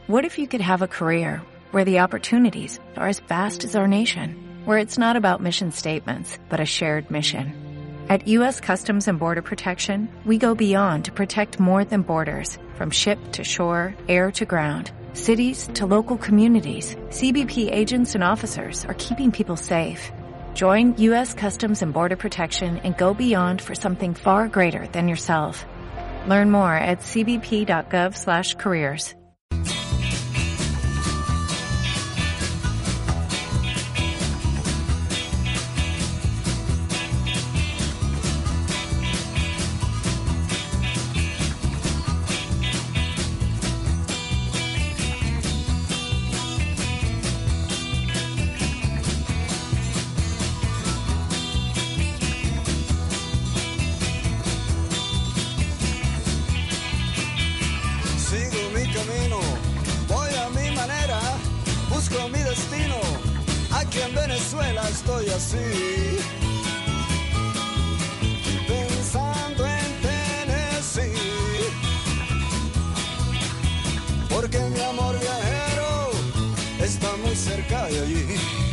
What if you could have a career where the opportunities are as vast as our nation, where it's not about mission statements, but a shared mission? At U.S. Customs and Border Protection, we go beyond to protect more than borders. From ship to shore, air to ground, cities to local communities, CBP agents and officers are keeping people safe. Join U.S. Customs and Border Protection and go beyond for something far greater than yourself. Learn more at cbp.gov/careers. Estoy así, pensando en Tennessee, porque mi amor viajero está muy cerca de allí.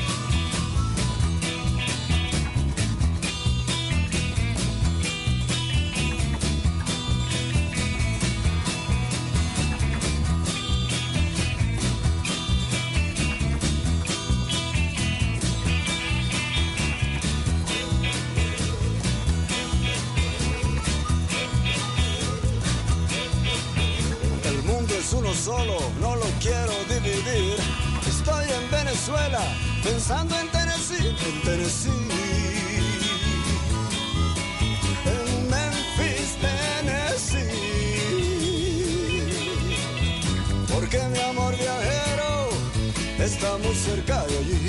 Solo, no lo quiero dividir. Estoy en Venezuela, pensando en Tennessee, en Memphis, Tennessee, porque mi amor viajero está muy cerca de allí.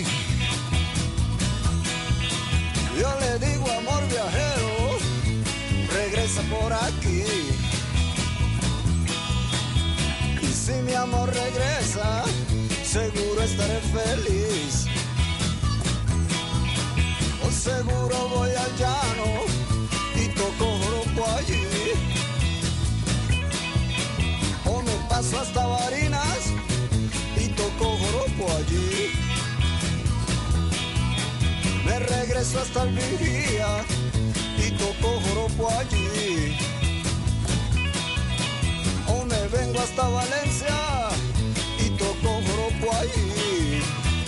Yo le digo, amor viajero, regresa por aquí. Si mi amor regresa, seguro estaré feliz. O seguro voy al llano y toco joropo allí. O me paso hasta Barinas y toco joropo allí. Me regreso hasta el Vigía y toco joropo allí. Vengo hasta Valencia y toco joropo allí.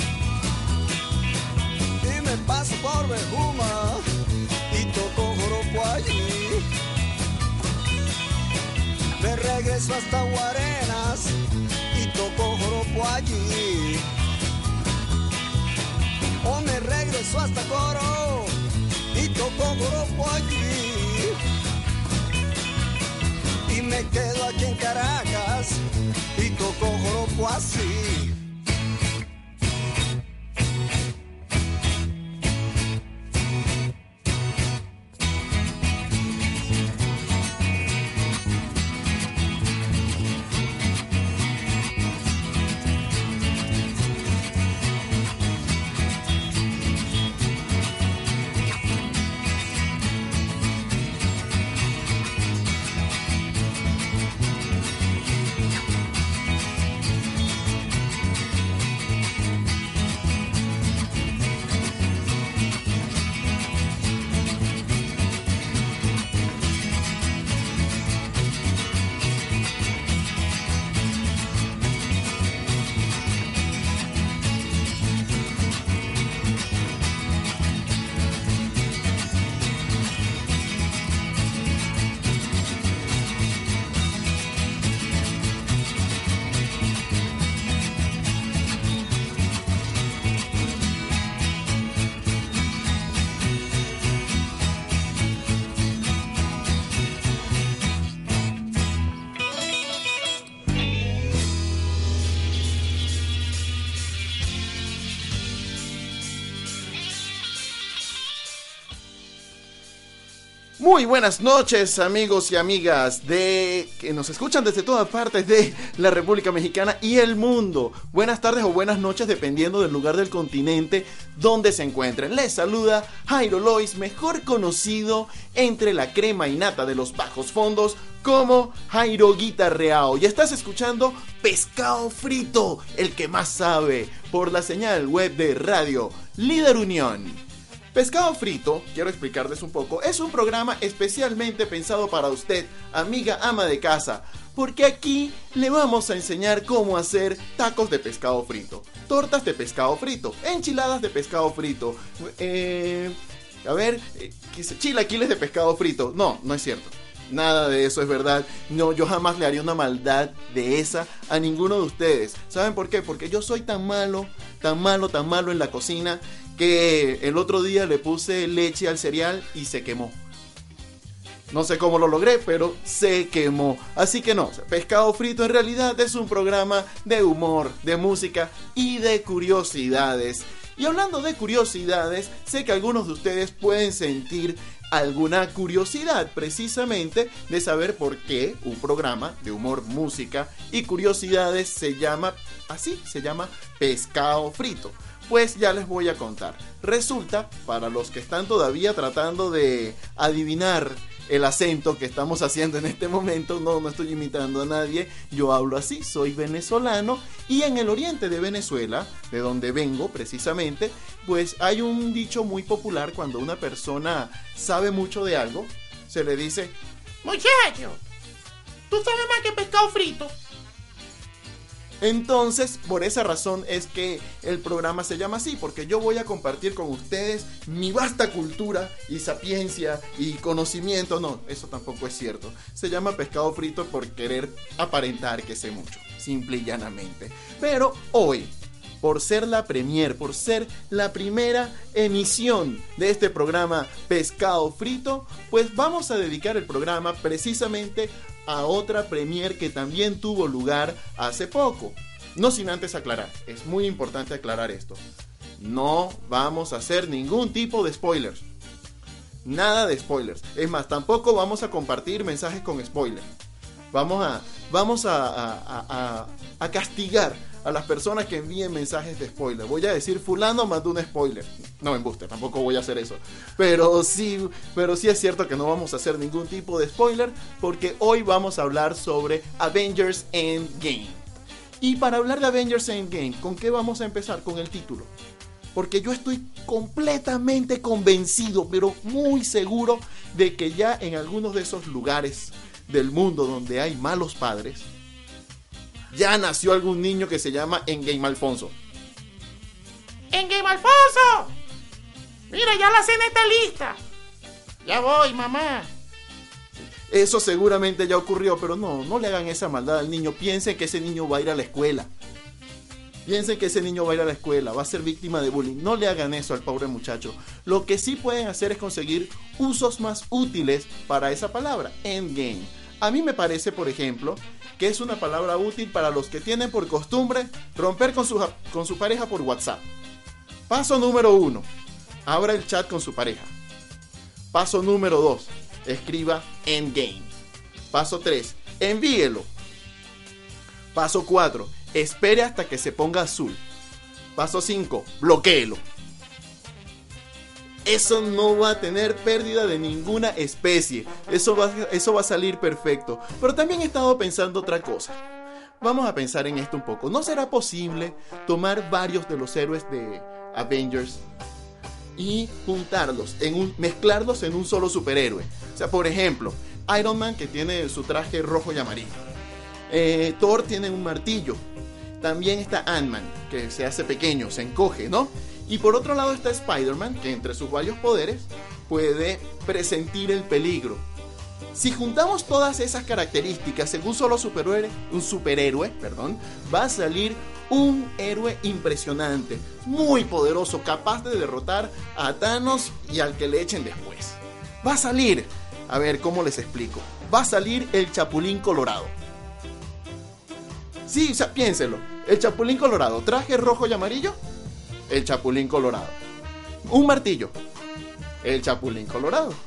Y me paso por Bejuma y toco joropo allí. Me regreso hasta Guarenas y toco joropo allí. O me regreso hasta Coro y toco joropo allí. Y me quedo aquí en Caracas y toco joropo así. Muy buenas noches, amigos y amigas que nos escuchan desde todas partes de la República Mexicana y el mundo. Buenas tardes o buenas noches, dependiendo del lugar del continente donde se encuentren. Les saluda Jairo Lois, mejor conocido entre la crema y nata de los bajos fondos como Jairo Guitarreao. Y estás escuchando Pescado Frito, el que más sabe, por la señal web de Radio Líder Unión. Pescado Frito, quiero explicarles un poco, es un programa especialmente pensado para usted, amiga ama de casa, porque aquí le vamos a enseñar cómo hacer tacos de pescado frito, tortas de pescado frito, enchiladas de pescado frito, chilaquiles de pescado frito. No, no es cierto. Nada de eso es verdad. No, yo jamás le haría una maldad de esa a ninguno de ustedes. ¿Saben por qué? Porque yo soy tan malo en la cocina que el otro día le puse leche al cereal y se quemó. No sé cómo lo logré, pero se quemó. Así que no, Pescado Frito en realidad es un programa de humor, de música y de curiosidades. Y hablando de curiosidades, sé que algunos de ustedes pueden sentir alguna curiosidad precisamente de saber por qué un programa de humor, música y curiosidades se llama Pescado Frito. Pues ya les voy a contar. Resulta, para los que están todavía tratando de adivinar el acento que estamos haciendo en este momento, no estoy imitando a nadie, yo hablo así, soy venezolano, y en el oriente de Venezuela, de donde vengo precisamente, pues hay un dicho muy popular: cuando una persona sabe mucho de algo, se le dice: muchacho, tú sabes más que pescado frito. Entonces, por esa razón es que el programa se llama así, porque yo voy a compartir con ustedes mi vasta cultura y sapiencia y conocimiento. No, eso tampoco es cierto. Se llama Pescado Frito por querer aparentar que sé mucho, simple y llanamente. Pero hoy, por ser la premier, por ser la primera emisión de este programa Pescado Frito, pues vamos a dedicar el programa precisamente a otra premier que también tuvo lugar hace poco. No sin antes aclarar, es muy importante aclarar esto: no vamos a hacer ningún tipo de spoilers. Nada de spoilers. Es más, tampoco vamos a compartir mensajes con spoilers. Vamos a castigar a las personas que envíen mensajes de spoiler. Voy a decir: fulano mandó un spoiler. No, embuste, tampoco voy a hacer eso. Pero sí es cierto que no vamos a hacer ningún tipo de spoiler, porque hoy vamos a hablar sobre Avengers Endgame. Y para hablar de Avengers Endgame, ¿con qué vamos a empezar? Con el título. Porque yo estoy completamente convencido, pero muy seguro, de que ya en algunos de esos lugares del mundo donde hay malos padres, ya nació algún niño que se llama Endgame Alfonso. ¡Endgame Alfonso! Mira, ya la cena está lista. Ya voy, mamá. Eso seguramente ya ocurrió, pero no le hagan esa maldad al niño. Piensen que ese niño va a ir a la escuela. Va a ser víctima de bullying. No le hagan eso al pobre muchacho. Lo que sí pueden hacer es conseguir usos más útiles para esa palabra, Endgame. A mí me parece, por ejemplo, que es una palabra útil para los que tienen por costumbre romper con su pareja por WhatsApp. Paso número 1, abra el chat con su pareja. Paso número 2, escriba Endgame. Paso 3, envíelo. Paso 4, espere hasta que se ponga azul. Paso 5, bloquéelo. Eso no va a tener pérdida de ninguna especie. Eso va a salir perfecto. Pero también he estado pensando otra cosa. Vamos a pensar en esto un poco. ¿No será posible tomar varios de los héroes de Avengers y juntarlos, mezclarlos en un solo superhéroe? O sea, por ejemplo, Iron Man, que tiene su traje rojo y amarillo. Thor tiene un martillo. También está Ant-Man, que se hace pequeño, se encoge, ¿no? Y por otro lado está Spider-Man, que entre sus varios poderes puede presentir el peligro. Si juntamos todas esas características en un solo superhéroe, va a salir un héroe impresionante, muy poderoso, capaz de derrotar a Thanos y al que le echen después. Va a salir, a ver, ¿cómo les explico? Va a salir el Chapulín Colorado. Sí, o sea, piénselo. El Chapulín Colorado, traje rojo y amarillo, el Chapulín Colorado. Un martillo, el Chapulín Colorado.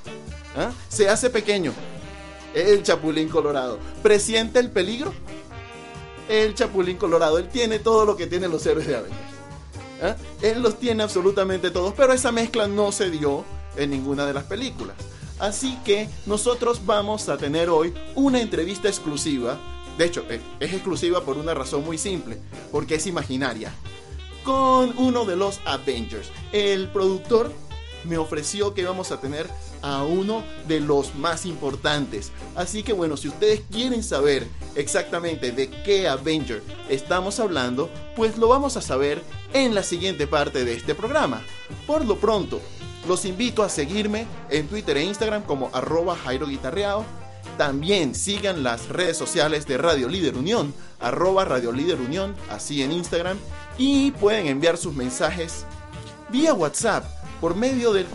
¿Ah? Se hace pequeño. El Chapulín Colorado. ¿Presiente el peligro? El Chapulín Colorado. Él tiene todo lo que tienen los héroes de Avengers. ¿Ah? Él los tiene absolutamente todos, pero esa mezcla no se dio en ninguna de las películas. Así que nosotros vamos a tener hoy una entrevista exclusiva. De hecho, es exclusiva por una razón muy simple, porque es imaginaria, con uno de los Avengers. El productor me ofreció que íbamos a tener a uno de los más importantes. Así que bueno, si ustedes quieren saber exactamente de qué Avenger estamos hablando, pues lo vamos a saber en la siguiente parte de este programa. Por lo pronto, los invito a seguirme en Twitter e Instagram como @JairoGuitarreao. También sigan las redes sociales de Radio Líder Unión, @Radio Líder Unión, así en Instagram. Y pueden enviar sus mensajes vía WhatsApp por medio del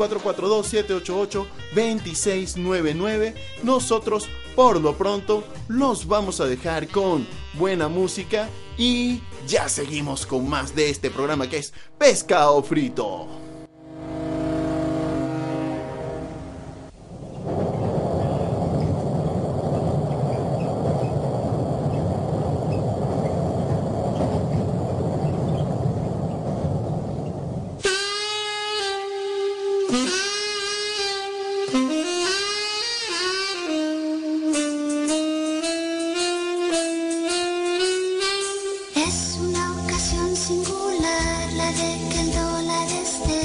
442-788-2699. Nosotros, por lo pronto, los vamos a dejar con buena música y ya seguimos con más de este programa que es Pescado Frito. Es una ocasión singular la de que el dólar esté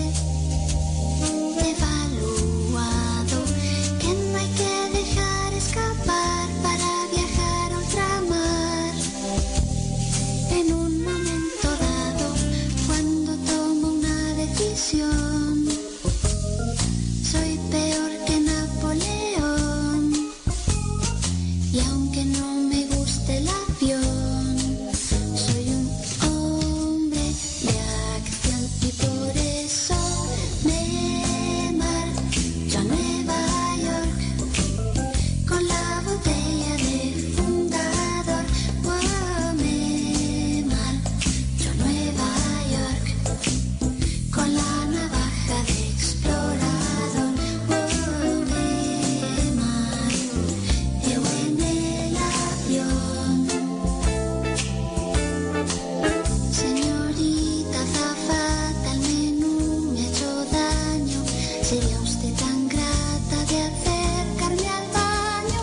devaluado, que no hay que dejar escapar para viajar a ultramar. En un momento dado, cuando tomo una decisión, soy peor que Napoleón. Y aunque no me guste el avión, soy un hombre de acción y por eso me marcho a Nueva York con la botella de fundador. Oh, me marcho a Nueva York con la navaja de explorador. Oh, me marcho en el avión. Señorita azafata, el menú me ha hecho daño. ¿Sería usted tan grata de acercarme al baño?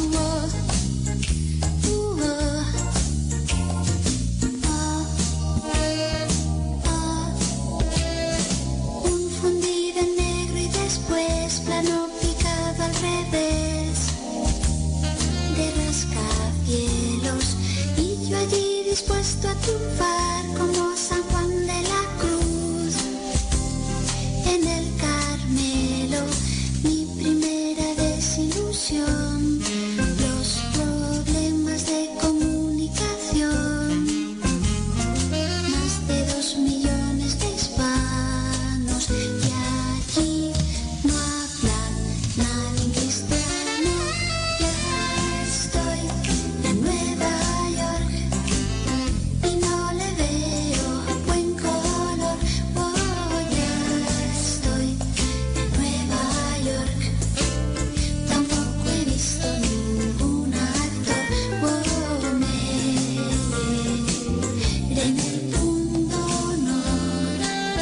Un fundido en negro y después plano picado al revés de rascacielos, y yo allí dispuesto a triunfar como San Juan de la Cruz en el Carmelo. Mi primera desilusión, los problemas de comunicación, más de 2 millones de hispanos y allí no hablan nadie cristiano. Ya estoy en Nueva York y no le veo buen color. Oh, ya estoy en Nueva York, tampoco he visto ningún actor. Oh, me iré en el punto honor,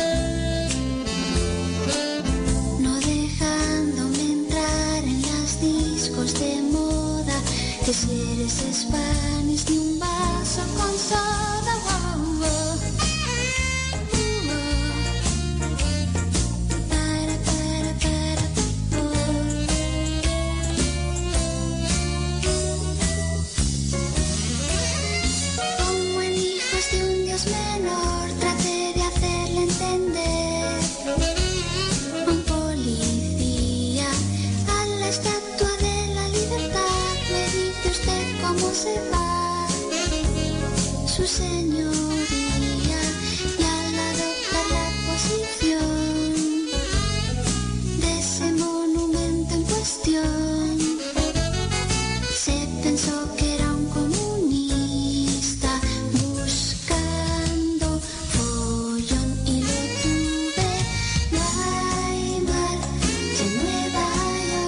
no dejándome entrar en las discos de moda, que si eres Spanish ni un vaso con soda. Oh, oh. Como en Hijos de un Dios menor, traté de hacerle entender a un policía, a la Estatua de la Libertad. Me dice usted cómo se va su señoría, y al adoptar la posición de ese monumento en cuestión, se pensó que era un comunista buscando follón, y lo tuve. No hay mar en Nueva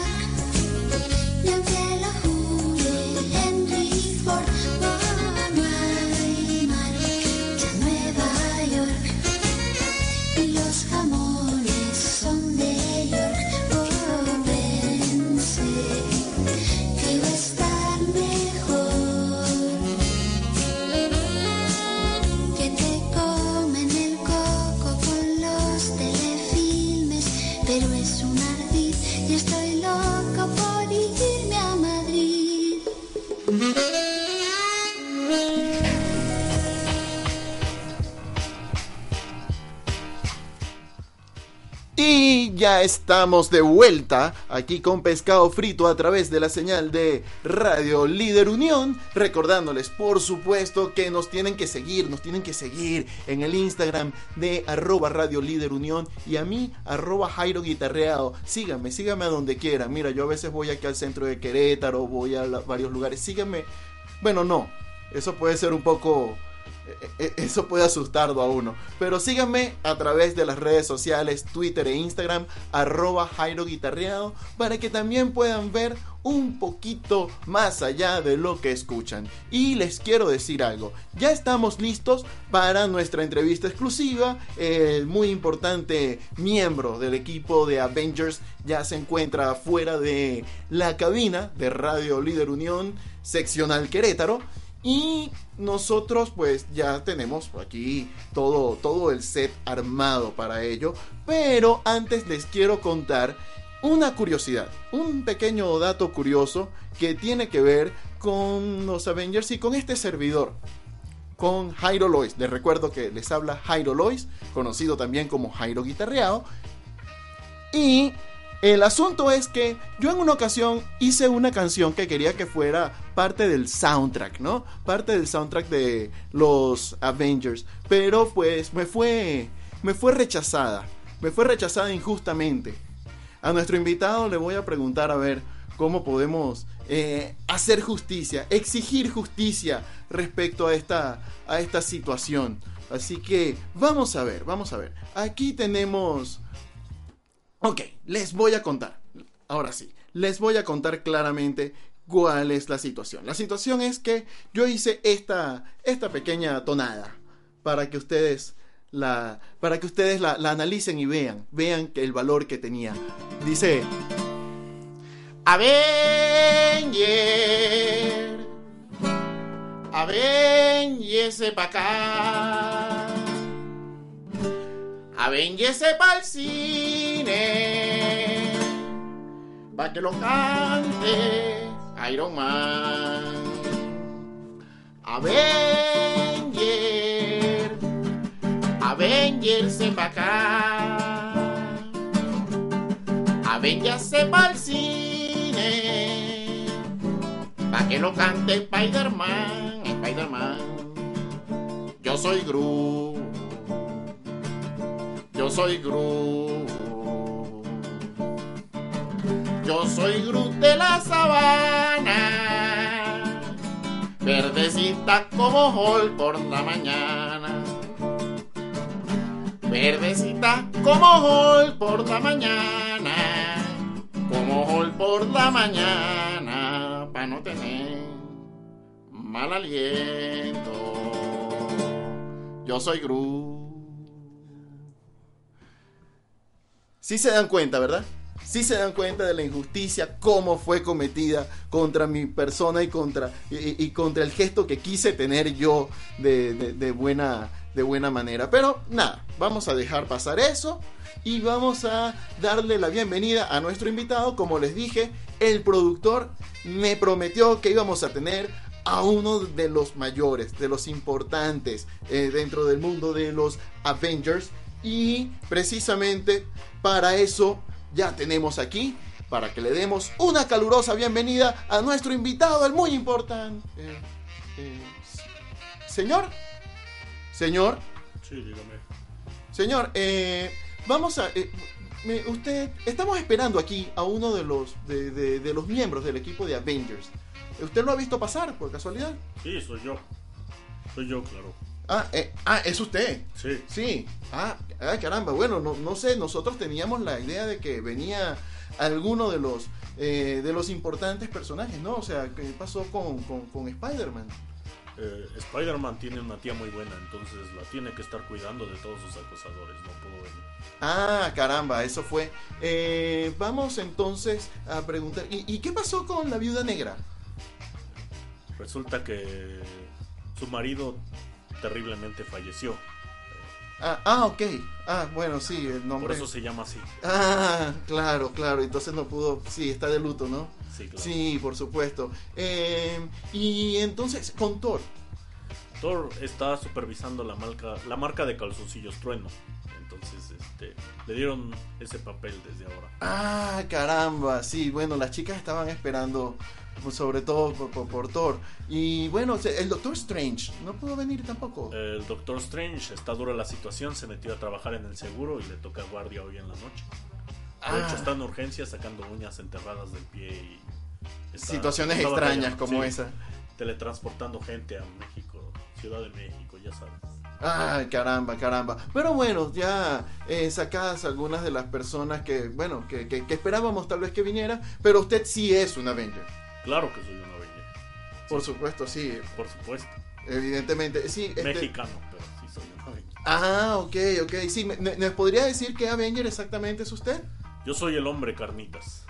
Y ya estamos de vuelta aquí con Pescado Frito a través de la señal de Radio Líder Unión, recordándoles por supuesto que nos tienen que seguir en el Instagram de @Radio Líder Unión y a mí @Jairo Guitarreado. Síganme a donde quieran. Mira, yo a veces voy aquí al centro de Querétaro, voy a varios lugares. Síganme. Bueno, no, eso puede ser un poco... Eso puede asustarlo a uno. Pero síganme a través de las redes sociales, Twitter e Instagram, @Jairo Guitarreado, para que también puedan ver un poquito más allá de lo que escuchan. Y les quiero decir algo, ya estamos listos para nuestra entrevista exclusiva. El muy importante miembro del equipo de Avengers ya se encuentra fuera de la cabina de Radio Líder Unión, seccional Querétaro. Y nosotros pues ya tenemos aquí todo el set armado para ello. Pero antes les quiero contar una curiosidad, un pequeño dato curioso que tiene que ver con los Avengers y con este servidor, con Jairo Lois. Les recuerdo que les habla Jairo Lois, conocido también como Jairo Guitarreado. Y el asunto es que yo en una ocasión hice una canción que quería que fuera parte del soundtrack, ¿no? Parte del soundtrack de los Avengers. Pero pues me fue rechazada. Me fue rechazada injustamente. A nuestro invitado le voy a preguntar a ver cómo podemos hacer justicia, exigir justicia respecto a esta situación. Así que vamos a ver. Aquí tenemos... Ok, les voy a contar. Ahora sí, les voy a contar claramente cuál es la situación. La situación es que yo hice esta pequeña tonada para que ustedes la analicen y vean que el valor que tenía. Dice: Avengers pa' acá, Avengers pa'l cine, pa' que lo cante Iron Man. Avengers pa' acá, Avengers pa'l cine, pa' que lo cante Spider-Man. Yo soy Groot. Yo soy Groot de la sabana, verdecita como Hulk por la mañana. Verdecita como Hulk por la mañana, como Hulk por la mañana, para no tener mal aliento. Yo soy Groot. Sí se dan cuenta, ¿verdad? Sí se dan cuenta de la injusticia, cómo fue cometida contra mi persona y contra el gesto que quise tener yo de buena manera. Pero nada, vamos a dejar pasar eso y vamos a darle la bienvenida a nuestro invitado. Como les dije, el productor me prometió que íbamos a tener a uno de los mayores, de los importantes dentro del mundo de los Avengers. Y precisamente para eso ya tenemos aquí, para que le demos una calurosa bienvenida a nuestro invitado, el muy importante. Señor. Sí, dígame. Señor, vamos a... estamos esperando aquí a uno de los miembros del equipo de Avengers. ¿Usted lo ha visto pasar por casualidad? Sí, soy yo. Soy yo, claro. ¿Es usted? Sí. Sí. Caramba, bueno, no sé, nosotros teníamos la idea de que venía alguno de los importantes personajes, ¿no? O sea, ¿qué pasó con Spider-Man? Spider-Man tiene una tía muy buena, entonces la tiene que estar cuidando de todos sus acosadores, no puedo venir. Caramba, eso fue. Vamos entonces a preguntar, ¿y qué pasó con la Viuda Negra? Resulta que su marido terriblemente falleció. Ok. Bueno, sí, el nombre. Por eso se llama así. Claro. Entonces no pudo. Sí, está de luto, ¿no? Sí, claro. Sí, por supuesto. Y entonces, con Thor. Thor está supervisando la marca de calzoncillos Trueno. Entonces, le dieron ese papel desde ahora. Ah, caramba, sí, bueno, las chicas estaban esperando, pues, sobre todo por Thor. Y bueno, el Doctor Strange no pudo venir tampoco. El Doctor Strange, está dura la situación, se metió a trabajar en el seguro y le toca guardia hoy en la noche. De hecho, está en urgencia sacando uñas enterradas del pie y situaciones extrañas como esa. Teletransportando gente a México, Ciudad de México, ya sabes. Ah, caramba. Pero bueno, ya sacadas algunas de las personas que, bueno, que esperábamos tal vez que viniera, pero usted sí es un Avenger. Claro que soy un Avenger. Por supuesto, sí. Por supuesto. Evidentemente, sí. Mexicano, pero sí soy un Avenger. Ah, ok. Sí, ¿me podría decir qué Avenger exactamente es usted? Yo soy el hombre carnitas.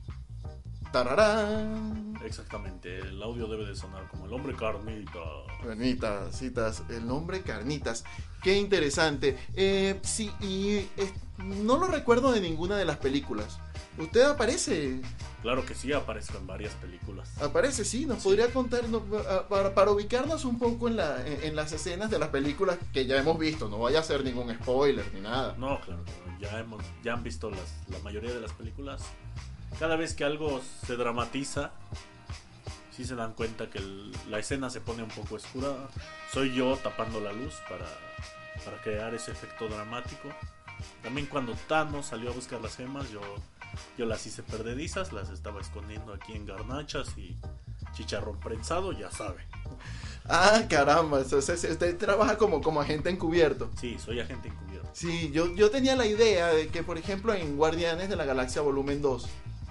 ¡Tararán! Exactamente, el audio debe de sonar como el hombre carnita. Carnitas, el nombre Carnitas. Qué interesante. Sí, y no lo recuerdo de ninguna de las películas. ¿Usted aparece? Claro que sí, aparezco en varias películas. Aparece, sí. ¿Nos podría contar para ubicarnos un poco en las escenas de las películas que ya hemos visto? No vaya a ser ningún spoiler ni nada. No, claro, ya han visto la mayoría de las películas. Cada vez que algo se dramatiza, sí se dan cuenta que la escena se pone un poco oscura. Soy yo tapando la luz para crear ese efecto dramático. También cuando Thanos salió a buscar las gemas, yo las hice perdedizas, las estaba escondiendo aquí en garnachas y chicharrón prensado, ya sabe. Ah, caramba, usted trabaja como agente encubierto. Sí, soy agente encubierto. Sí, yo tenía la idea de que, por ejemplo, en Guardianes de la Galaxia Volumen 2,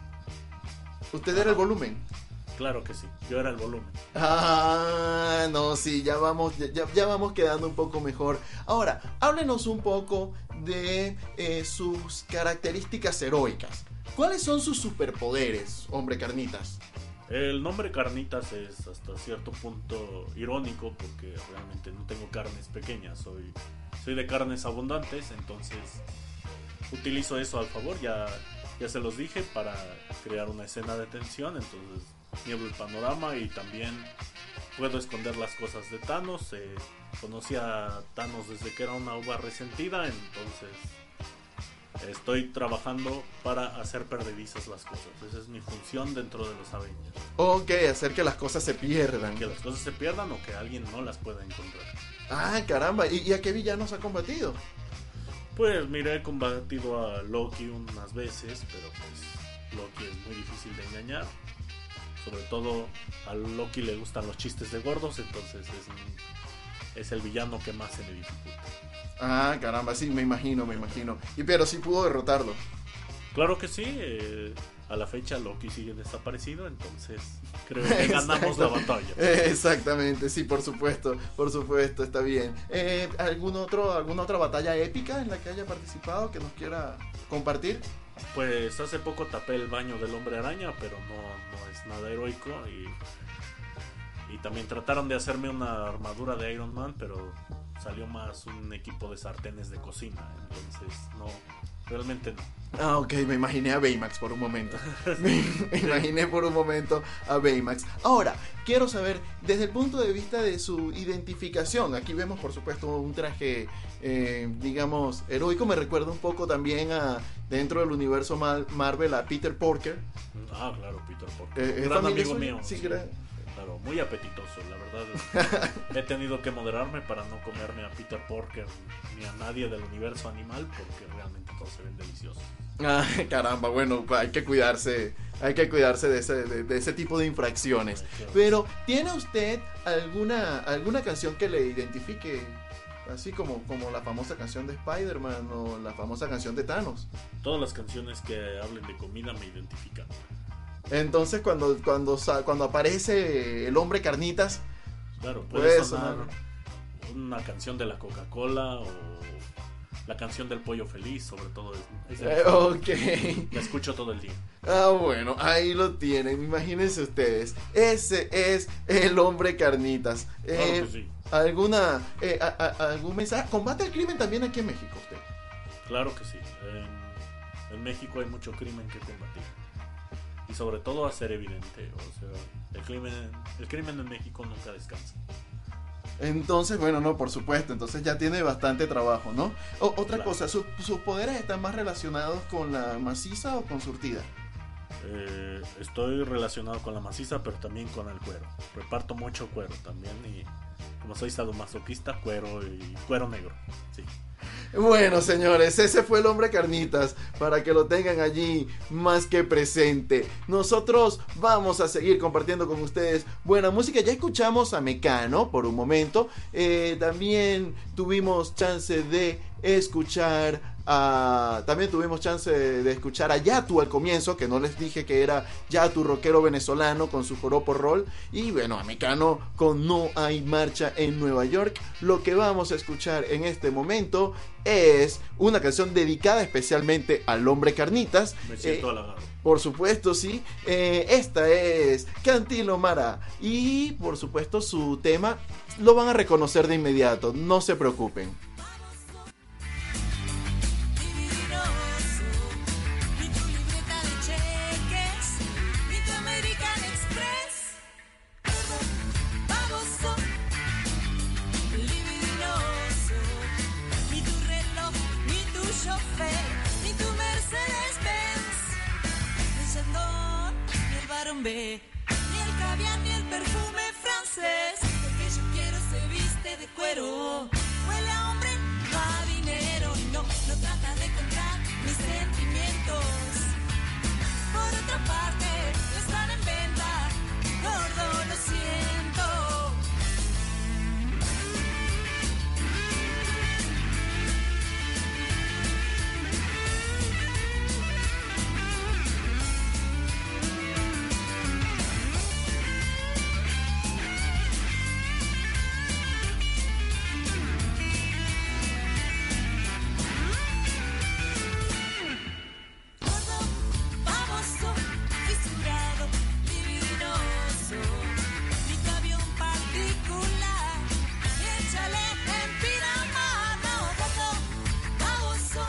¿usted era el volumen? Claro que sí, yo era el volumen. Ah, no, sí, ya vamos quedando un poco mejor. Ahora, háblenos un poco de sus características heroicas. ¿Cuáles son sus superpoderes, hombre Carnitas? El nombre Carnitas es hasta cierto punto irónico porque realmente no tengo carnes pequeñas, soy de carnes abundantes, entonces utilizo eso al favor, ya se los dije, para crear una escena de tensión, entonces nieblo el panorama y también puedo esconder las cosas de Thanos. Conocí a Thanos desde que era una uva resentida, entonces estoy trabajando para hacer perdedizas las cosas. Esa es mi función dentro de los Avengers. Ok, hacer que las cosas se pierdan. Que las cosas se pierdan o que alguien no las pueda encontrar. Ah, caramba, ¿y a qué villanos ha combatido? Pues mira, he combatido a Loki unas veces, pero pues Loki es muy difícil de engañar. Sobre todo a Loki le gustan los chistes de gordos, entonces es el villano que más se me dificulta. Ah, caramba, sí, me imagino. Pero sí pudo derrotarlo. Claro que sí, a la fecha Loki sigue desaparecido, entonces creo que ganamos la batalla. Exactamente, sí, por supuesto, está bien. ¿Alguna otra batalla épica en la que haya participado que nos quiera compartir? Pues hace poco tapé el baño del Hombre Araña, pero no es nada heroico, y también trataron de hacerme una armadura de Iron Man, pero salió más un equipo de sartenes de cocina, entonces no, realmente no. Ah, ok, me imaginé a Baymax por un momento. Me imaginé por un momento a Baymax. Ahora, quiero saber, desde el punto de vista de su identificación, aquí vemos por supuesto un traje, digamos, heroico. Me recuerda un poco también dentro del universo Marvel, a Peter Parker. Ah, claro, Peter Parker. Gran amigo mío. Sí, claro, muy apetitoso, la verdad. He tenido que moderarme para no comerme a Peter Parker ni a nadie del universo animal, porque realmente todos se ven deliciosos. Ah, caramba, bueno, hay que cuidarse de ese tipo de infracciones. Claro. Pero, ¿tiene usted alguna canción que le identifique? Así como la famosa canción de Spider-Man o la famosa canción de Thanos. Todas las canciones que hablen de comida me identifican. Entonces cuando aparece el hombre Carnitas, claro, puede sonar una canción de la Coca-Cola o la canción del Pollo Feliz, sobre todo ok. La escucho todo el día. Ah, bueno, ahí lo tienen, imagínense ustedes. Ese es el hombre Carnitas. Claro que sí. ¿Algún mensaje? ¿Combate el crimen también aquí en México usted? Claro que sí. En México hay mucho crimen que combatir. Y sobre todo hacer evidente. O sea, el crimen en México nunca descansa. Entonces, bueno, no, por supuesto, entonces ya tiene bastante trabajo, ¿no? Otra Claro. cosa, ¿sus poderes están más relacionados con la maciza o con surtida? Estoy relacionado con la maciza, pero también con el cuero. Reparto mucho cuero también y como soy sadomasoquista, cuero y cuero negro. Sí. Bueno, señores, ese fue el Hombre Carnitas, para que lo tengan allí más que presente. Nosotros vamos a seguir compartiendo con ustedes buena música. Ya escuchamos a Mecano por un momento. También tuvimos chance de escuchar a Yatu al comienzo, que no les dije que era Yatu, rockero venezolano con su joropo roll, y bueno, a Mecano con No hay marcha en Nueva York. Lo que vamos a escuchar en este momento es una canción dedicada especialmente al Hombre Carnitas. Me siento halagado. Por supuesto, sí. Esta es Cantilo Mara. Y por supuesto su tema lo van a reconocer de inmediato. No se preocupen. Ni tu libreta de cheques, ni tu American Express. Baboso, libidinoso. Ni tu reloj, ni tu chofer, ni tu Mercedes-Benz. Ni el Chandon, ni el Barón B, ni el caviar, ni el perfume francés. Lo que yo quiero se viste de cuero. Huele a hombre, no a dinero. No trata de comprar mis sentimientos. Por otra parte, no están en venta. Gordo, lo siento. Gordo, baboso, fisurado, libidinoso. Ni tu avión particular, ni el chalet en Pinamar. No, gordo, baboso,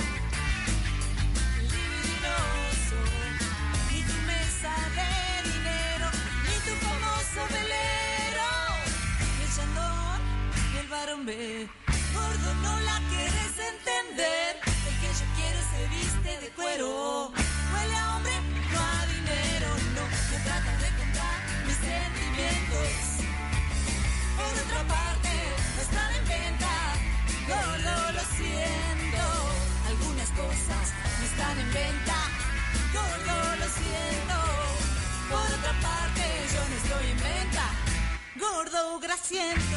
libidinoso. Ni tu mesa de dinero, ni tu famoso velero. Ni el Chandon, ni el Barón B. Gordo, no la quieres entender. El que yo quiero se viste de cuero. Huele a hombre, no a dinero. No trata de comprar mis sentimientos. Por otra parte, no están en venta. Gordo, lo siento. Algunas cosas no están en venta. Gordo, lo siento. Por otra parte, yo no estoy en venta. Gordo, grasiento.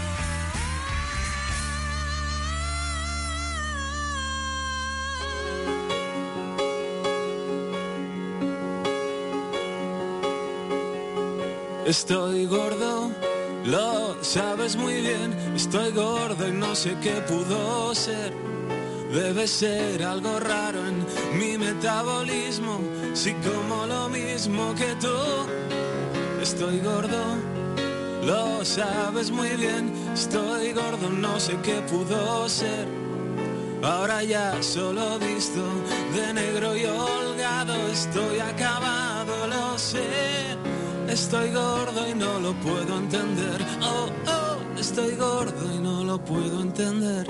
Estoy gordo, lo sabes muy bien. Estoy gordo y no sé qué pudo ser. Debe ser algo raro en mi metabolismo. Si como lo mismo que tú. Estoy gordo, lo sabes muy bien. Estoy gordo, no sé qué pudo ser. Ahora ya solo visto de negro y holgado. Estoy acabado, lo sé. Estoy gordo y no lo puedo entender. Oh, oh, estoy gordo y no lo puedo entender.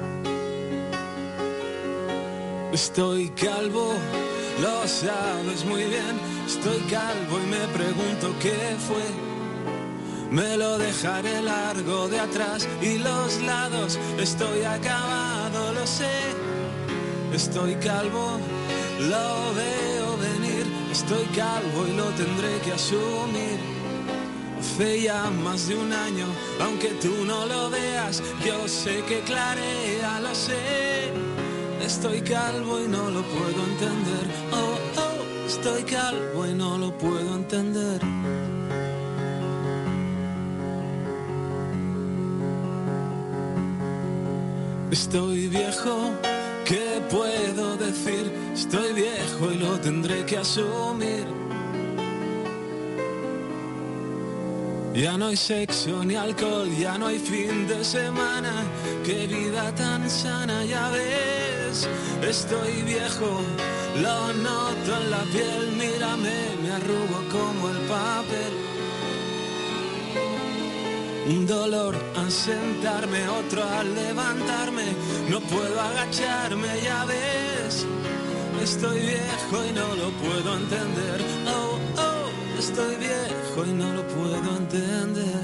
Estoy calvo, lo sabes muy bien. Estoy calvo y me pregunto qué fue. Me lo dejaré largo de atrás y los lados. Estoy acabado, lo sé. Estoy calvo, lo veo venir. Estoy calvo y lo tendré que asumir. Hace ya más de un año, aunque tú no lo veas, yo sé que clarea, lo sé. Estoy calvo y no lo puedo entender. Oh, oh, estoy calvo y no lo puedo entender. Estoy viejo, ¿qué puedo decir? Estoy viejo y lo tendré que asumir. Ya no hay sexo ni alcohol, ya no hay fin de semana. Qué vida tan sana, ya ves. Estoy viejo, lo noto en la piel. Mírame, me arrugo como el papel. Un dolor al sentarme, otro al levantarme. No puedo agacharme, ya ves. Estoy viejo y no lo puedo entender. Oh, oh, estoy viejo y no lo puedo entender.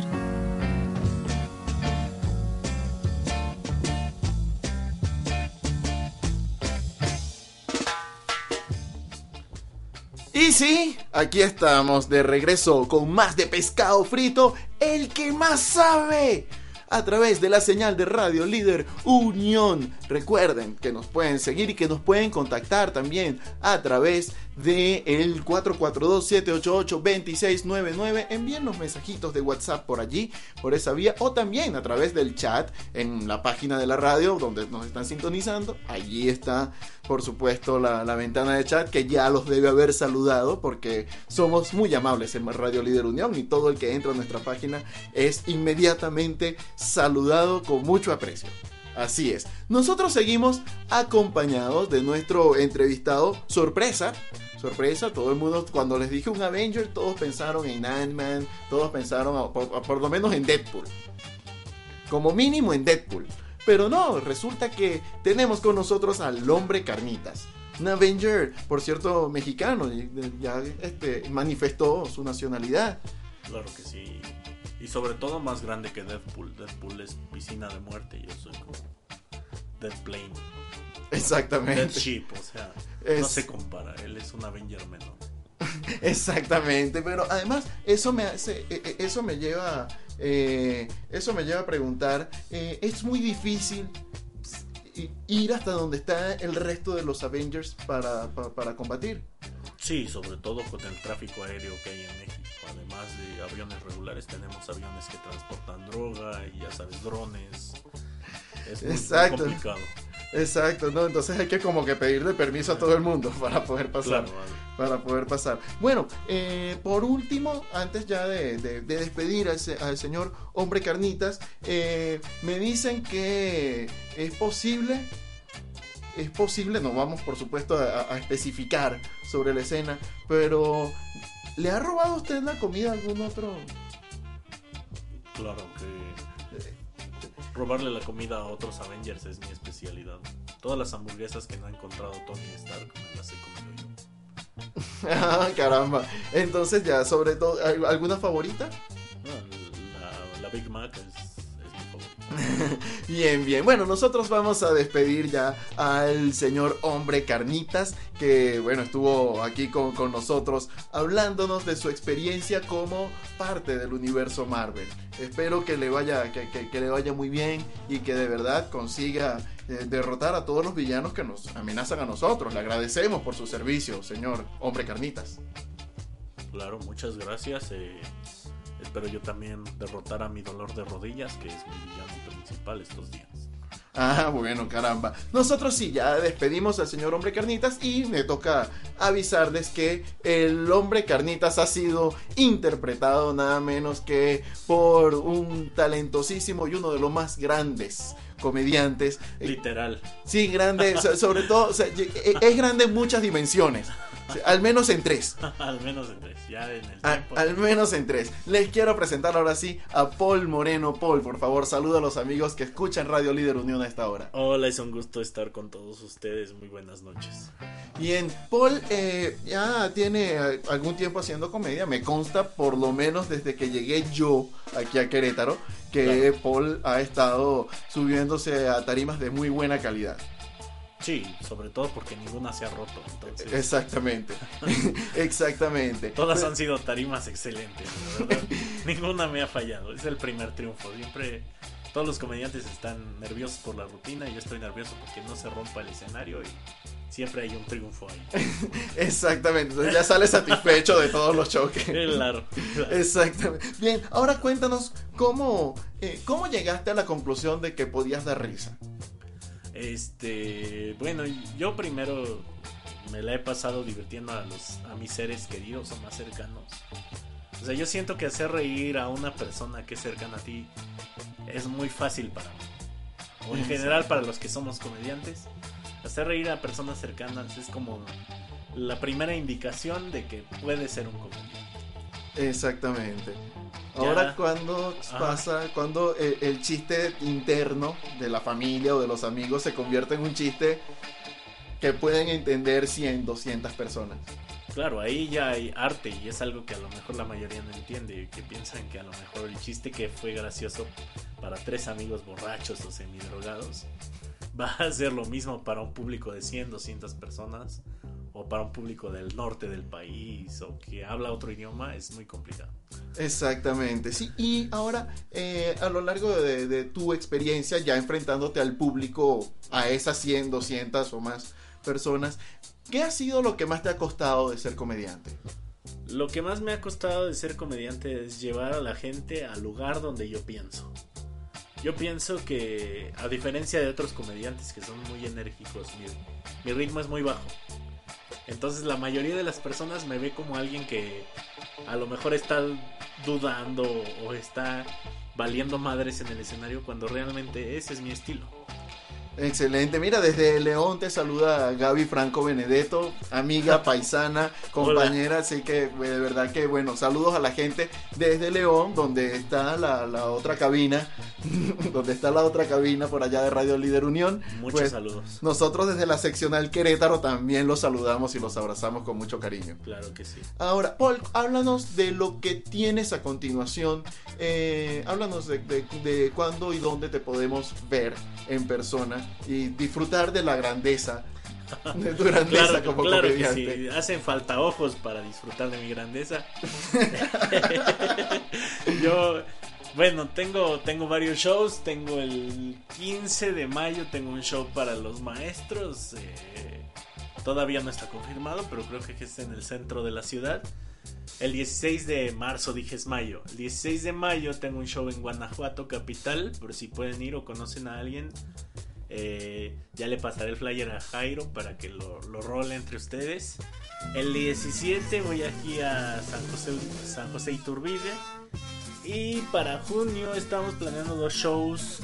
Y sí, aquí estamos de regreso con más de Pescado Frito, el que más sabe, a través de la señal de Radio Líder Unión. Recuerden que nos pueden seguir y que nos pueden contactar también a través de el 442-788-2699. Envíennos mensajitos de WhatsApp por allí, por esa vía, o también a través del chat en la página de la radio donde nos están sintonizando. Allí está, por supuesto, la ventana de chat, que ya los debe haber saludado porque somos muy amables en Radio Líder Unión y todo el que entra a nuestra página es inmediatamente saludado con mucho aprecio. Así es. Nosotros seguimos acompañados de nuestro entrevistado sorpresa. Sorpresa, todo el mundo, cuando les dije un Avenger, todos pensaron en Ant-Man, todos pensaron por lo menos en Deadpool. Como mínimo en Deadpool. Pero no, resulta que tenemos con nosotros al Hombre Carnitas. Un Avenger, por cierto, mexicano, ya manifestó su nacionalidad. Claro que sí. Y sobre todo más grande que Deadpool. Deadpool es piscina de muerte, yo soy como Deadplane. Exactamente. Deadship, o sea, no se compara, él es un Avenger menor. Exactamente, pero además eso me lleva a preguntar, es muy difícil ir hasta donde está el resto de los Avengers para combatir. Sí, sobre todo con el tráfico aéreo que hay en México. Además de aviones regulares, tenemos aviones que transportan droga y ya sabes, drones. Es muy complicado. Exacto, ¿no? Entonces hay que como que pedirle permiso a todo el mundo para poder pasar. Claro, vale. Para poder pasar. Bueno, por último, antes ya de despedir al señor Hombre Carnitas, me dicen que es posible, no vamos por supuesto a especificar sobre la escena, pero ¿le ha robado a usted la comida a algún otro? Claro que robarle la comida a otros Avengers es mi especialidad. Todas las hamburguesas que no ha encontrado Tony Stark me las he comido yo. Ah, caramba. Entonces ya, sobre todo, ¿alguna favorita? La Big Mac es mi favorita. Bien. Bueno, nosotros vamos a despedir ya al señor Hombre Carnitas, que bueno, estuvo aquí con nosotros hablándonos de su experiencia como parte del universo Marvel. Espero que le vaya muy bien y que de verdad consiga derrotar a todos los villanos que nos amenazan a nosotros. Le agradecemos por su servicio, señor Hombre Carnitas. Claro, muchas gracias. Espero yo también derrotar a mi dolor de rodillas, que es mi villano principal estos días. Ah, bueno, caramba. Nosotros sí, ya despedimos al señor Hombre Carnitas y me toca avisarles que el Hombre Carnitas ha sido interpretado nada menos que por un talentosísimo y uno de los más grandes comediantes. Literal. Sí, grande, sobre todo, o sea, es grande en muchas dimensiones. Al menos en 3. Al menos en 3, ya en el tiempo. Al menos en 3. Les quiero presentar ahora sí a Paul Moreno. Paul, por favor, saluda a los amigos que escuchan Radio Líder Unión a esta hora. Hola, es un gusto estar con todos ustedes. Muy buenas noches. Bien, Paul ya tiene algún tiempo haciendo comedia. Me consta, por lo menos desde que llegué yo aquí a Querétaro, que claro, Paul ha estado subiéndose a tarimas de muy buena calidad. Sí, sobre todo porque ninguna se ha roto. Entonces... Exactamente. Exactamente. Todas han sido tarimas excelentes, la verdad. Ninguna me ha fallado. Es el primer triunfo. Siempre todos los comediantes están nerviosos por la rutina y yo estoy nervioso porque no se rompa el escenario y siempre hay un triunfo ahí. Exactamente. Entonces ya sales satisfecho de todos los choques. Claro. Exactamente. Bien, ahora cuéntanos cómo llegaste a la conclusión de que podías dar risa. Bueno, yo primero me la he pasado divirtiendo a mis seres queridos o más cercanos. O sea, yo siento que hacer reír a una persona que es cercana a ti es muy fácil para mí. O en general para los que somos comediantes, hacer reír a personas cercanas es como la primera indicación de que puede ser un comediante. Exactamente. Ahora cuando pasa, cuando el chiste interno de la familia o de los amigos se convierte en un chiste que pueden entender 100, 200 personas. Claro, ahí ya hay arte y es algo que a lo mejor la mayoría no entiende, que piensan que a lo mejor el chiste que fue gracioso para 3 amigos borrachos o semidrogados va a ser lo mismo para un público de 100, 200 personas o para un público del norte del país o que habla otro idioma. Es muy complicado. Exactamente, sí. Y ahora, a lo largo de tu experiencia, ya enfrentándote al público, a esas 100, 200 o más personas, ¿qué ha sido lo que más te ha costado de ser comediante? Lo que más me ha costado de ser comediante es llevar a la gente al lugar donde yo pienso. Yo pienso que, a diferencia de otros comediantes que son muy enérgicos, mi ritmo es muy bajo. Entonces la mayoría de las personas me ve como alguien que a lo mejor está dudando o está valiendo madres en el escenario, cuando realmente ese es mi estilo. Excelente, mira, desde León te saluda Gaby Franco Benedetto, amiga, paisana, compañera. Así que de verdad que bueno, saludos a la gente desde León, donde está la otra cabina, donde está la otra cabina por allá de Radio Líder Unión. Muchos pues, saludos. Nosotros desde la seccional Querétaro también los saludamos y los abrazamos con mucho cariño. Claro que sí. Ahora, Paul, háblanos de lo que tienes a continuación. Háblanos de cuándo y dónde te podemos ver en persona y disfrutar de la grandeza, de tu grandeza como comediante. Que sí, hacen falta ojos para disfrutar de mi grandeza. Yo, bueno, tengo varios shows. Tengo el 15 de mayo, tengo un show para los maestros. Todavía no está confirmado, pero creo que es en el centro de la ciudad. El 16 de marzo, dije es mayo. El 16 de mayo tengo un show en Guanajuato, capital. Por si pueden ir o conocen a alguien. Ya le pasaré el flyer a Jairo para que lo role entre ustedes. El 17 voy aquí a San José Iturbide. Y para junio estamos planeando 2 shows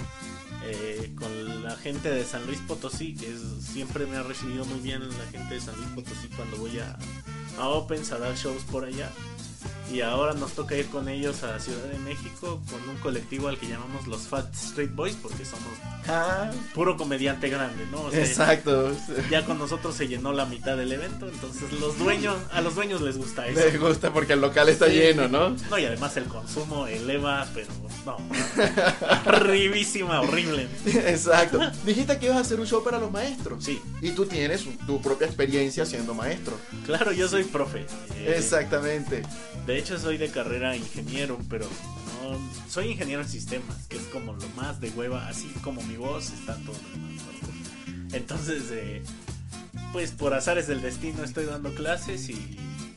con la gente de San Luis Potosí, que siempre me ha recibido muy bien la gente de San Luis Potosí cuando voy a Opens a dar shows por allá. Y ahora nos toca ir con ellos a Ciudad de México con un colectivo al que llamamos los Fat Street Boys, porque somos puro comediante grande, ¿no? O sea, exacto. Ya con nosotros se llenó la mitad del evento, entonces a los dueños les gusta eso. Les gusta porque el local está lleno, ¿no? No, y además el consumo eleva, pero no, arribísima, horrible. Exacto. Dijiste que ibas a hacer un show para los maestros. Sí. Y tú tienes tu propia experiencia siendo maestro. Claro, yo soy profe. Exactamente. De hecho soy de carrera ingeniero, pero no soy ingeniero en sistemas, que es como lo más de hueva, así como mi voz está todo lo demás, ¿no? Entonces, pues por azares del destino estoy dando clases y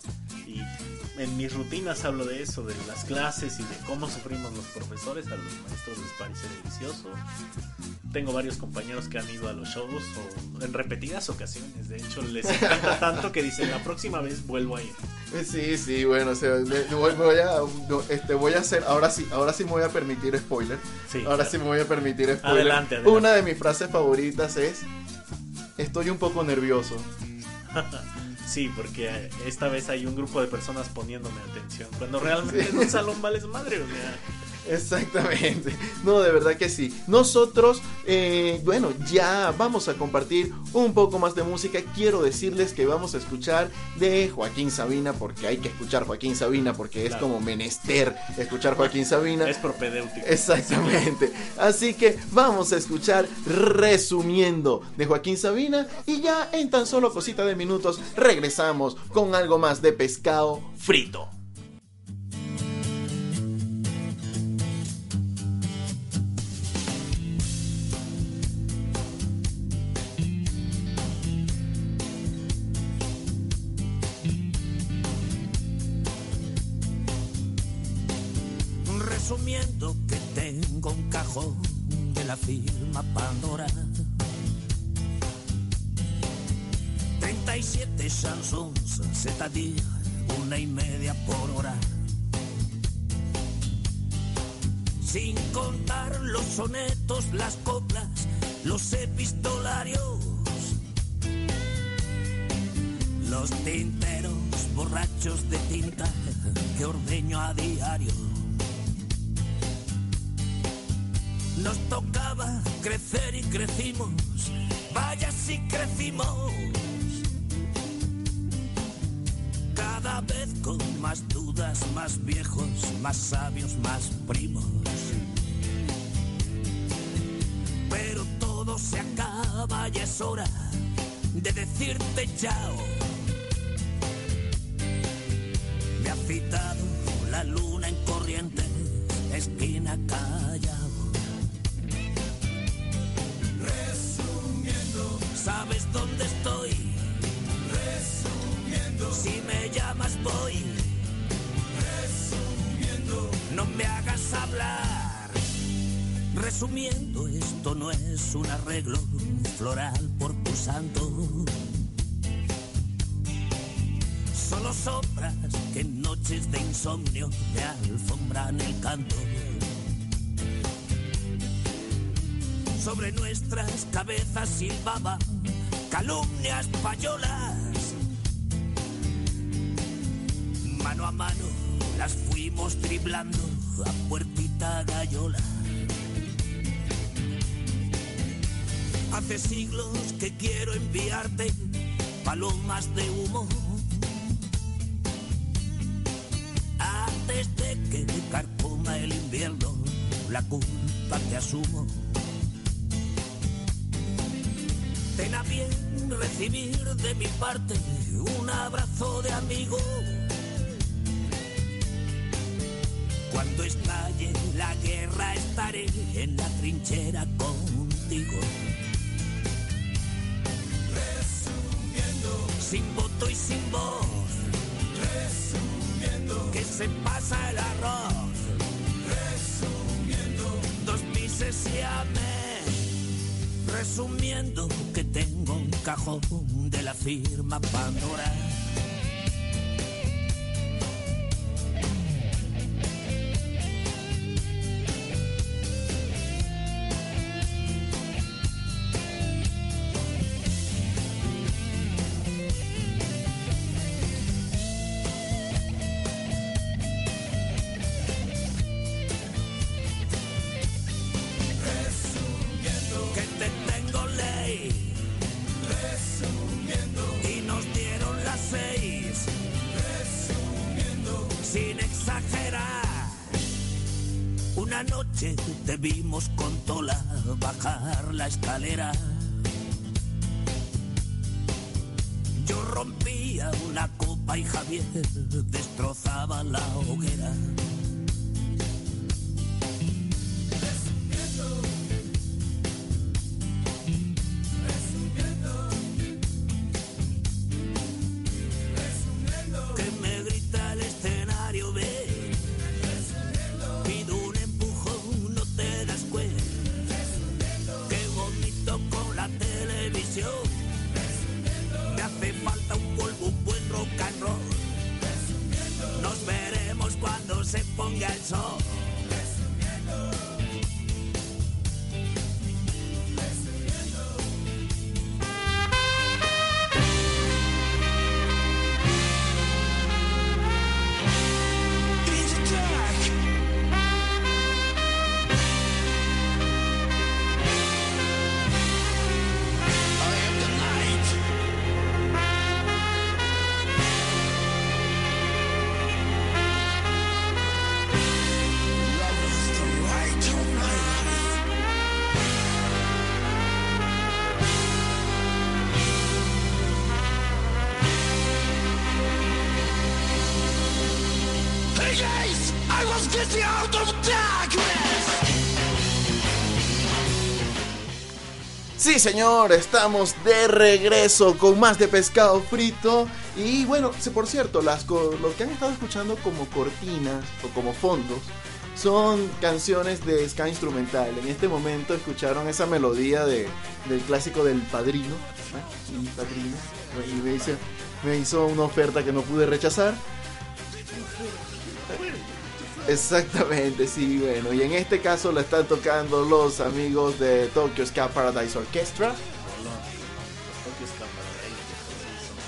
en mis rutinas hablo de eso, de las clases y de cómo sufrimos los profesores. A los maestros les parece delicioso. Tengo varios compañeros que han ido a los shows o en repetidas ocasiones. De hecho, les encanta tanto que dicen, la próxima vez vuelvo a ir. Sí, bueno, o sea, voy a hacer, ahora sí me voy a permitir spoiler. Sí, ahora claro. sí me voy a permitir spoiler. Adelante. Una de mis frases favoritas es: estoy un poco nervioso. Sí, porque esta vez hay un grupo de personas poniéndome atención, cuando realmente en un salón vales madre, o sea. Exactamente, no, de verdad que sí. Nosotros, bueno, ya vamos a compartir un poco más de música. Quiero decirles que vamos a escuchar de Joaquín Sabina, porque hay que escuchar Joaquín Sabina, porque es como menester escuchar Joaquín Sabina. Es propedéutico. Exactamente, así que vamos a escuchar Resumiendo de Joaquín Sabina. Y ya en tan solo cosita de minutos regresamos con algo más de Pescado Frito. Resumiendo que tengo un cajón de la firma Pandora, 37 Samsungs Z10, 1,5 por hora, sin contar los sonetos, las coplas, los epistolarios, los tinteros borrachos de tinta que ordeño a diario. Nos tocaba crecer y crecimos, vaya si crecimos. Cada vez con más dudas, más viejos, más sabios, más primos. Pero todo se acaba y es hora de decirte chao. Me ha citado la luna en Corrientes, esquina Callao. Resumiendo, ¿sabes dónde estoy? Resumiendo, si me llamas voy. Resumiendo, no me hagas hablar. Resumiendo, esto no es un arreglo floral por tu santo. Solo sombras que en noches de insomnio me alfombran el canto. Sobre nuestras cabezas silbaban calumnias payolas. Mano a mano las fuimos driblando a puertita gallola. Hace siglos que quiero enviarte palomas de humo. Antes de que carcoma el invierno, la culpa que asumo. Ten a bien recibir de mi parte un abrazo de amigo. Cuando estalle la guerra estaré en la trinchera contigo. Resumiendo, sin voto y sin voz. Resumiendo, que se pasa el arroz. Resumiendo, 2 pises y amén. Resumiendo, que tengo un cajón de la firma Pandora. Te vimos con Tola bajar la escalera. Yo rompía una copa y Javier destrozaba la hoguera. Que me grita el escenario, ve. Me hace falta un polvo, un buen rock and roll. Nos veremos cuando se ponga el sol. Sí, señor, estamos de regreso con más de Pescado Frito. Y bueno, por cierto, lo que han estado escuchando como cortinas o como fondos son canciones de ska instrumental. En este momento escucharon esa melodía del clásico del Padrino, ¿eh? Sí, Padrino. Y me hizo una oferta que no pude rechazar. Exactamente, sí, bueno, y en este caso la están tocando los amigos de Tokyo Ska Paradise Orchestra. Los Tokyo Ska Paradise son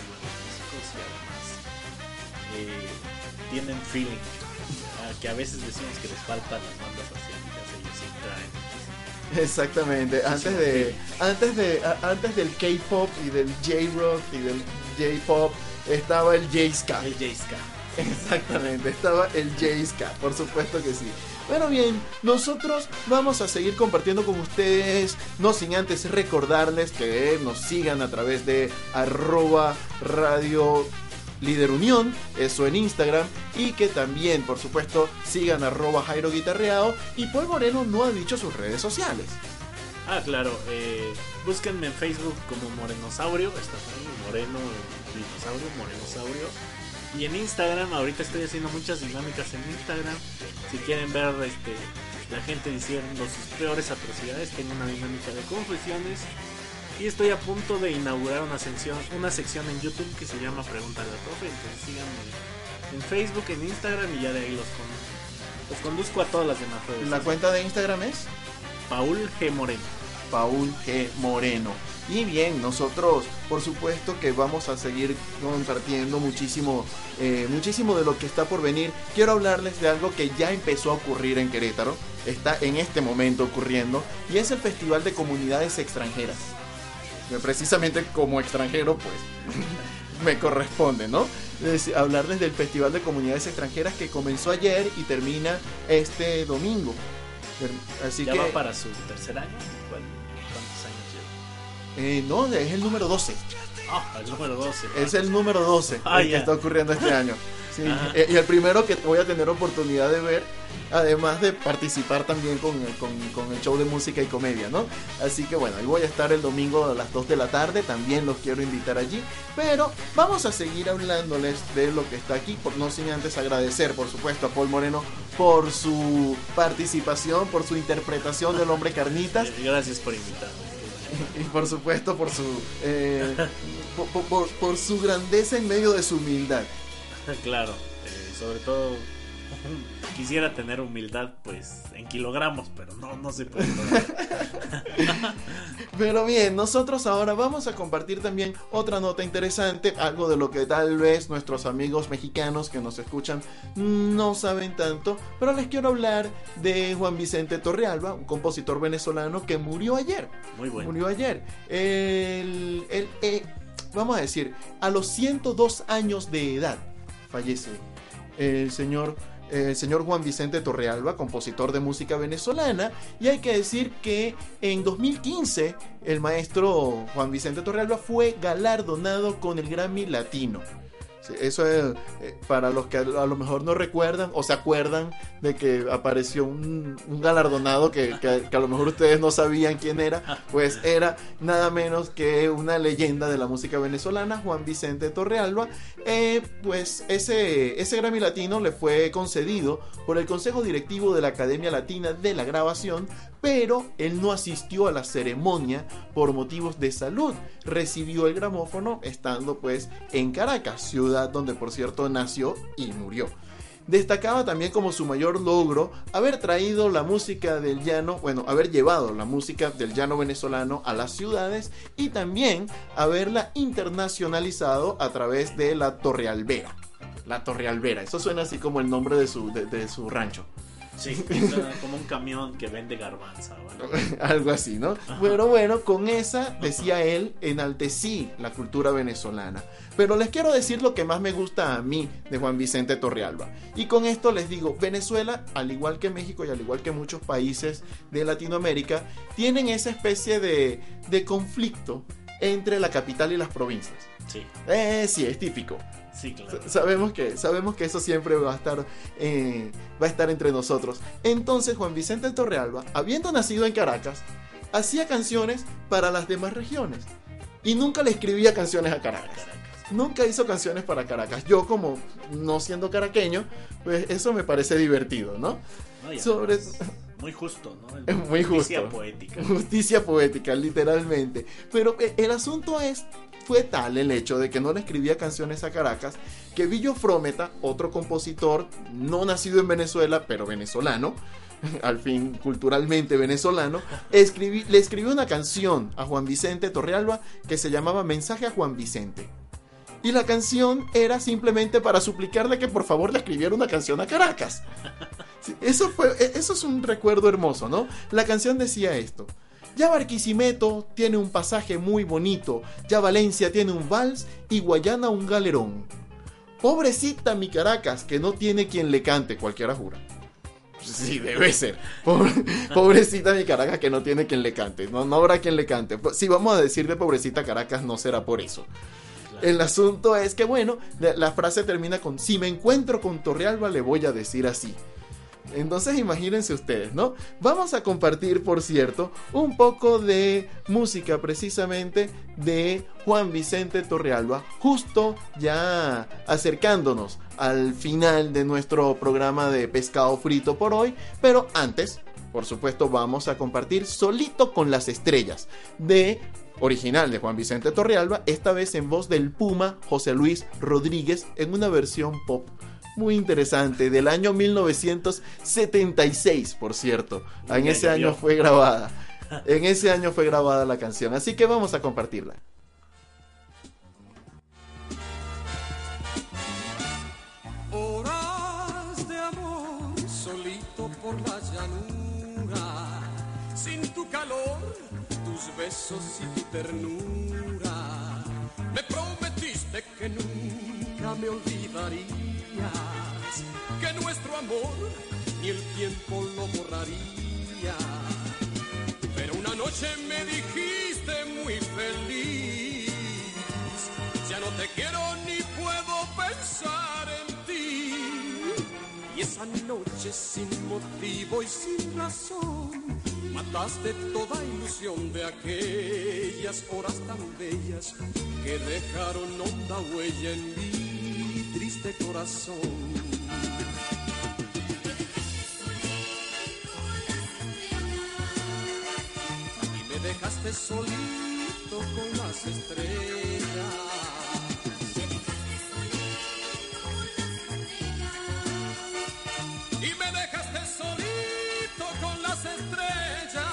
muy buenos músicos y además tienen feeling, que a veces decimos que les faltan las bandas asiáticas, ellos sí traen Exactamente, antes del K-pop y del J-rock y del J-pop estaba el J-ska. El J-ska. Exactamente, estaba el J-ska, por supuesto que sí. Bueno, bien, nosotros vamos a seguir compartiendo con ustedes, no sin antes recordarles que nos sigan a través de @Radio Líder Unión, eso en Instagram, y que también, por supuesto, sigan @Jairo Guitarreado. Y Paul Moreno no ha dicho sus redes sociales. Ah, claro, búsquenme en Facebook como Morenosaurio, está ahí, Moreno, Dinosaurio, Morenosaurio. Y en Instagram, ahorita estoy haciendo muchas dinámicas en Instagram. Si quieren ver la gente diciendo sus peores atrocidades, tengo una dinámica de confesiones. Y estoy a punto de inaugurar una sección en YouTube que se llama Pregúntale al Profe. Entonces síganme en Facebook, en Instagram, y ya de ahí los conduzco a todas las demás redes. La cuenta de Instagram es Paul G. Moreno. Paul G. Moreno. Y bien, nosotros por supuesto que vamos a seguir compartiendo muchísimo de lo que está por venir. Quiero hablarles de algo que ya empezó a ocurrir en Querétaro, está en este momento ocurriendo, y es el Festival de Comunidades Extranjeras. Precisamente como extranjero, pues me corresponde, ¿no? Hablarles del Festival de Comunidades Extranjeras que comenzó ayer y termina este domingo. Así ¿Ya que va para su tercer año? ¿Cuántos años lleva? No, es el número 12. Ah, el número 12. Es el número 12 que está ocurriendo este año. Sí. Y el primero que voy a tener oportunidad de ver, además de participar también con el show de música y comedia, ¿no? Así que bueno, ahí voy a estar el domingo a las 2 de la tarde, también los quiero invitar allí. Pero vamos a seguir hablándoles de lo que está aquí, no sin antes agradecer, por supuesto, a Paul Moreno por su participación, por su interpretación del Hombre Carnitas. Gracias por invitarme. Y por supuesto por su por su grandeza en medio de su humildad. Claro, sobre todo quisiera tener humildad pues en kilogramos, pero no se puede. Pero bien, nosotros ahora vamos a compartir también otra nota interesante, algo de lo que tal vez nuestros amigos mexicanos que nos escuchan no saben tanto, pero les quiero hablar de Juan Vicente Torrealba, un compositor venezolano que murió ayer. Muy bueno. Murió ayer. Vamos a decir, a los 102 años de edad fallece el señor Juan Vicente Torrealba, compositor de música venezolana. Y hay que decir que en 2015 el maestro Juan Vicente Torrealba fue galardonado con el Grammy Latino. Eso es para los que a lo mejor no recuerdan o se acuerdan de que apareció un galardonado que a lo mejor ustedes no sabían quién era. Pues era nada menos que una leyenda de la música venezolana, Juan Vicente Torrealba. Pues ese Grammy Latino le fue concedido por el Consejo Directivo de la Academia Latina de la Grabación, pero él no asistió a la ceremonia por motivos de salud. Recibió el gramófono estando pues en Caracas, ciudad donde por cierto nació y murió. Destacaba también como su mayor logro haber traído la música del llano, haber llevado la música del llano venezolano a las ciudades y también haberla internacionalizado a través de la Torrealbera. La Torrealbera, eso suena así como el nombre de su rancho. Sí, suena como un camión que vende garbanza, ¿vale? Algo así, ¿no? Pero bueno, con esa, decía él, enaltecí la cultura venezolana. Pero les quiero decir lo que más me gusta a mí de Juan Vicente Torrealba. Y con esto les digo, Venezuela, al igual que México y al igual que muchos países de Latinoamérica, tienen esa especie de conflicto entre la capital y las provincias. Sí. Sí, es típico. Sí, claro. Sabemos que eso siempre va a estar entre nosotros. Entonces Juan Vicente Torrealba, habiendo nacido en Caracas, hacía canciones para las demás regiones y nunca le escribía canciones a Caracas. Nunca hizo canciones para Caracas. Yo, como no siendo caraqueño, pues eso me parece divertido, ¿no? Muy justo, ¿no? Muy justo. Justicia poética. Justicia poética, literalmente. Pero el asunto fue tal el hecho de que no le escribía canciones a Caracas, que Villo Frometa, otro compositor no nacido en Venezuela, pero venezolano, al fin culturalmente venezolano, le escribió una canción a Juan Vicente Torrealba que se llamaba Mensaje a Juan Vicente. Y la canción era simplemente para suplicarle que por favor le escribiera una canción a Caracas. Sí, eso es un recuerdo hermoso, ¿no? La canción decía esto: ya Barquisimeto tiene un pasaje muy bonito, ya Valencia tiene un vals y Guayana un galerón. Pobrecita mi Caracas, que no tiene quien le cante, cualquiera jura. Sí, debe ser. Pobrecita mi Caracas, que no tiene quien le cante. No habrá quien le cante. Si vamos a decir de pobrecita Caracas, no será por eso. El asunto es que, bueno, la frase termina con: si me encuentro con Torrealba, le voy a decir así. Entonces imagínense ustedes, ¿no? Vamos a compartir, por cierto, un poco de música precisamente de Juan Vicente Torrealba, justo ya acercándonos al final de nuestro programa de pescado frito por hoy. Pero antes, por supuesto, vamos a compartir Solito con las estrellas, original de Juan Vicente Torrealba, esta vez en voz del Puma José Luis Rodríguez, en una versión pop muy interesante, del año 1976, por cierto. En ese año fue grabada. En ese año fue grabada la canción. Así que vamos a compartirla. Horas de amor, solito por la llanura, sin tu calor, tus besos y tu ternura. Me prometiste que nunca me olvidarías, que nuestro amor ni el tiempo lo borraría. Pero una noche me dijiste muy feliz: ya no te quiero ni puedo pensar en ti. Y esa noche sin motivo y sin razón mataste toda ilusión de aquellas horas tan bellas que dejaron honda huella en mi triste corazón. Dejaste solito con las estrellas. Y me dejaste solito con las estrellas.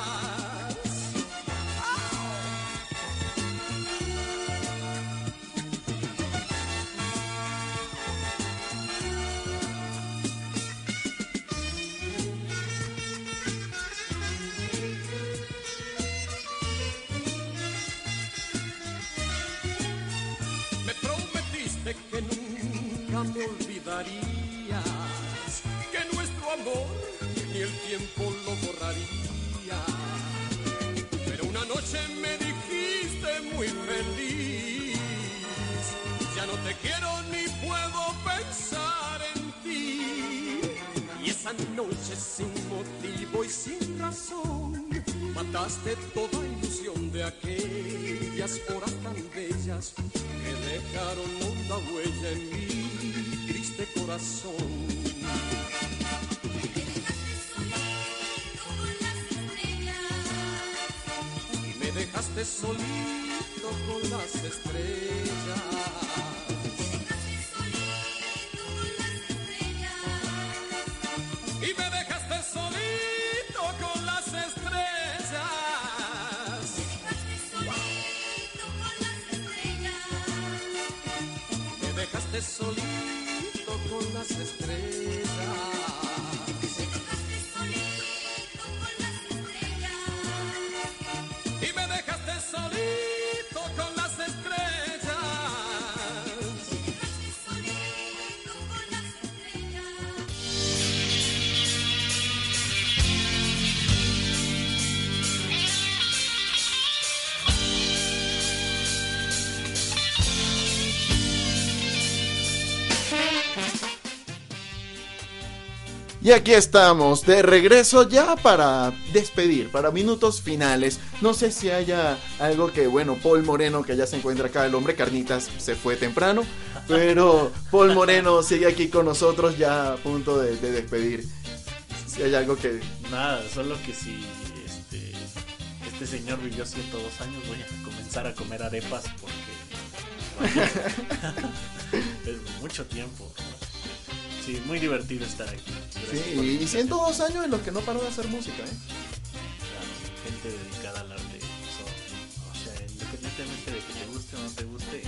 Que nunca me olvidarías, que nuestro amor ni el tiempo lo borraría. Pero una noche me dijiste muy feliz: ya no te quiero ni puedo pensar en ti. Y esa noche sin motivo y sin razón mataste toda ilusión de aquellas horas tan bellas que dejaron honda huella en mi triste corazón. Y me dejaste solito con las estrellas. Y me dejaste solito con las estrellas. Me dejaste solito con las estrellas. Y me dejaste solito con las estrellas. Y aquí estamos, de regreso ya para despedir, para minutos finales. No sé si haya algo que, bueno, Paul Moreno, que ya se encuentra acá, el hombre carnitas, se fue temprano, pero Paul Moreno sigue aquí con nosotros ya a punto de despedir. Si hay algo que... Nada, solo que si este señor vivió 102 años, voy a comenzar a comer arepas porque vaya, es mucho tiempo. Sí, muy divertido estar aquí. Gracias. Sí, y 102 años en los que no paró de hacer música, ¿eh? Claro, gente dedicada al arte. O sea, independientemente de que te guste o no te guste,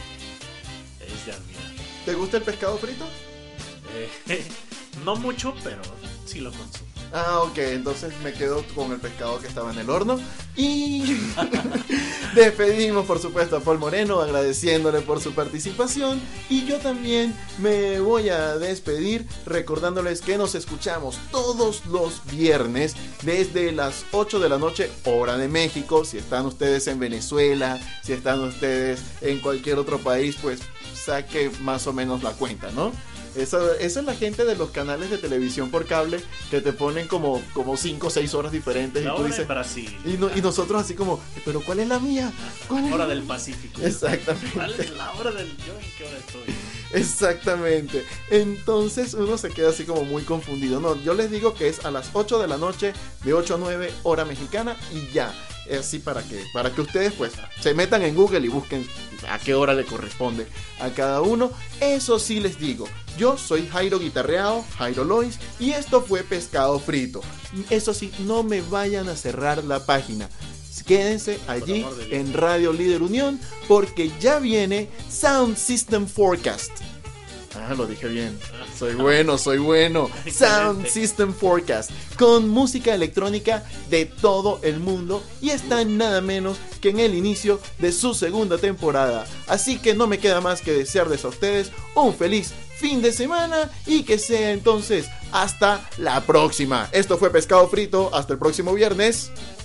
es de admirar. ¿Te gusta el pescado frito? No mucho, pero Sí lo consumo. Ah, ok, entonces me quedo con el pescado que estaba en el horno. Y despedimos, por supuesto, a Paul Moreno, agradeciéndole por su participación. Y yo también me voy a despedir recordándoles que nos escuchamos todos los viernes desde las 8 de la noche, hora de México. Si están ustedes en Venezuela, si están ustedes en cualquier otro país, pues saque más o menos la cuenta, ¿no? Eso es la gente de los canales de televisión por cable que te ponen como 5 o 6 horas diferentes. La y tú hora dices, en Brasil. y nosotros así como, ¿pero cuál es la mía? ¿Cuál es Hora la del mía? Pacífico. Exactamente. ¿Cuál es la hora del yo? ¿En qué hora estoy? Exactamente. Entonces uno se queda así como muy confundido. No, yo les digo que es a las 8 de la noche, de 8 a 9 hora mexicana y ya. Así para que ustedes pues se metan en Google y busquen a qué hora le corresponde a cada uno. Eso sí les digo, yo soy Jairo Guitarreao, Jairo Lois, y esto fue Pescado Frito. Eso sí, no me vayan a cerrar la página. Quédense allí en Radio Líder Unión porque ya viene Sound System Forecast. Ah, lo dije bien. Soy bueno. Sound System Forecast, con música electrónica de todo el mundo, y está en nada menos que en el inicio de su segunda temporada. Así que no me queda más que desearles a ustedes un feliz fin de semana y que sea entonces hasta la próxima. Esto fue Pescado Frito. Hasta el próximo viernes.